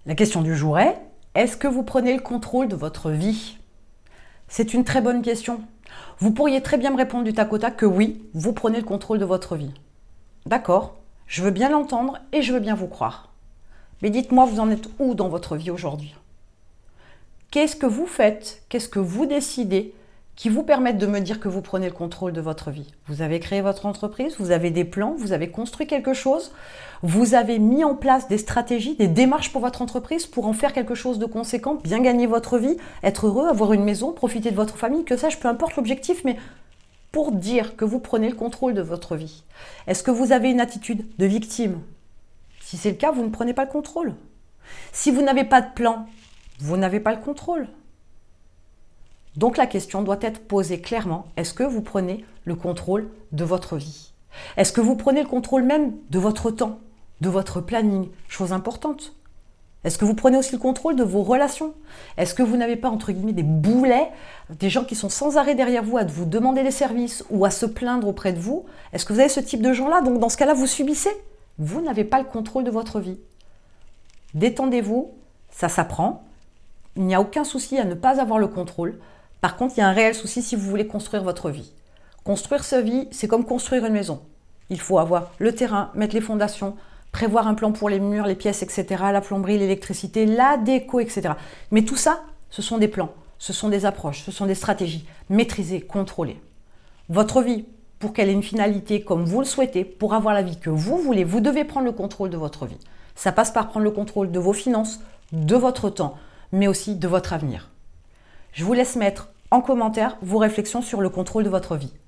La question du jour est-ce que vous prenez le contrôle de votre vie? C'est une très bonne question. Vous pourriez très bien me répondre du tac au tac que oui, vous prenez le contrôle de votre vie. D'accord, je veux bien l'entendre et je veux bien vous croire. Mais dites-moi, vous en êtes où dans votre vie aujourd'hui? Qu'est-ce que vous faites? Qu'est-ce que vous décidez qui vous permettent de me dire que vous prenez le contrôle de votre vie? Vous avez créé votre entreprise, vous avez des plans, vous avez construit quelque chose, vous avez mis en place des stratégies, des démarches pour votre entreprise pour en faire quelque chose de conséquent, bien gagner votre vie, être heureux, avoir une maison, profiter de votre famille, que sache, peu importe l'objectif, mais pour dire que vous prenez le contrôle de votre vie. Est-ce que vous avez une attitude de victime? Si c'est le cas, vous ne prenez pas le contrôle. Si vous n'avez pas de plan, vous n'avez pas le contrôle. Donc la question doit être posée clairement. Est-ce que vous prenez le contrôle de votre vie? Est-ce que vous prenez le contrôle même de votre temps, de votre planning? Chose importante. Est-ce que vous prenez aussi le contrôle de vos relations? Est-ce que vous n'avez pas, entre guillemets, des boulets, des gens qui sont sans arrêt derrière vous à vous demander des services ou à se plaindre auprès de vous? Est-ce que vous avez ce type de gens-là? Donc dans ce cas-là, vous subissez. Vous n'avez pas le contrôle de votre vie. Détendez-vous, ça s'apprend. Il n'y a aucun souci à ne pas avoir le contrôle. Par contre, il y a un réel souci si vous voulez construire votre vie. Construire sa vie, c'est comme construire une maison. Il faut avoir le terrain, mettre les fondations, prévoir un plan pour les murs, les pièces, etc., la plomberie, l'électricité, la déco, etc. Mais tout ça, ce sont des plans, ce sont des approches, ce sont des stratégies. Maîtriser, contrôler. Votre vie, pour qu'elle ait une finalité comme vous le souhaitez, pour avoir la vie que vous voulez, vous devez prendre le contrôle de votre vie. Ça passe par prendre le contrôle de vos finances, de votre temps, mais aussi de votre avenir. Je vous laisse mettre en commentaire vos réflexions sur le contrôle de votre vie.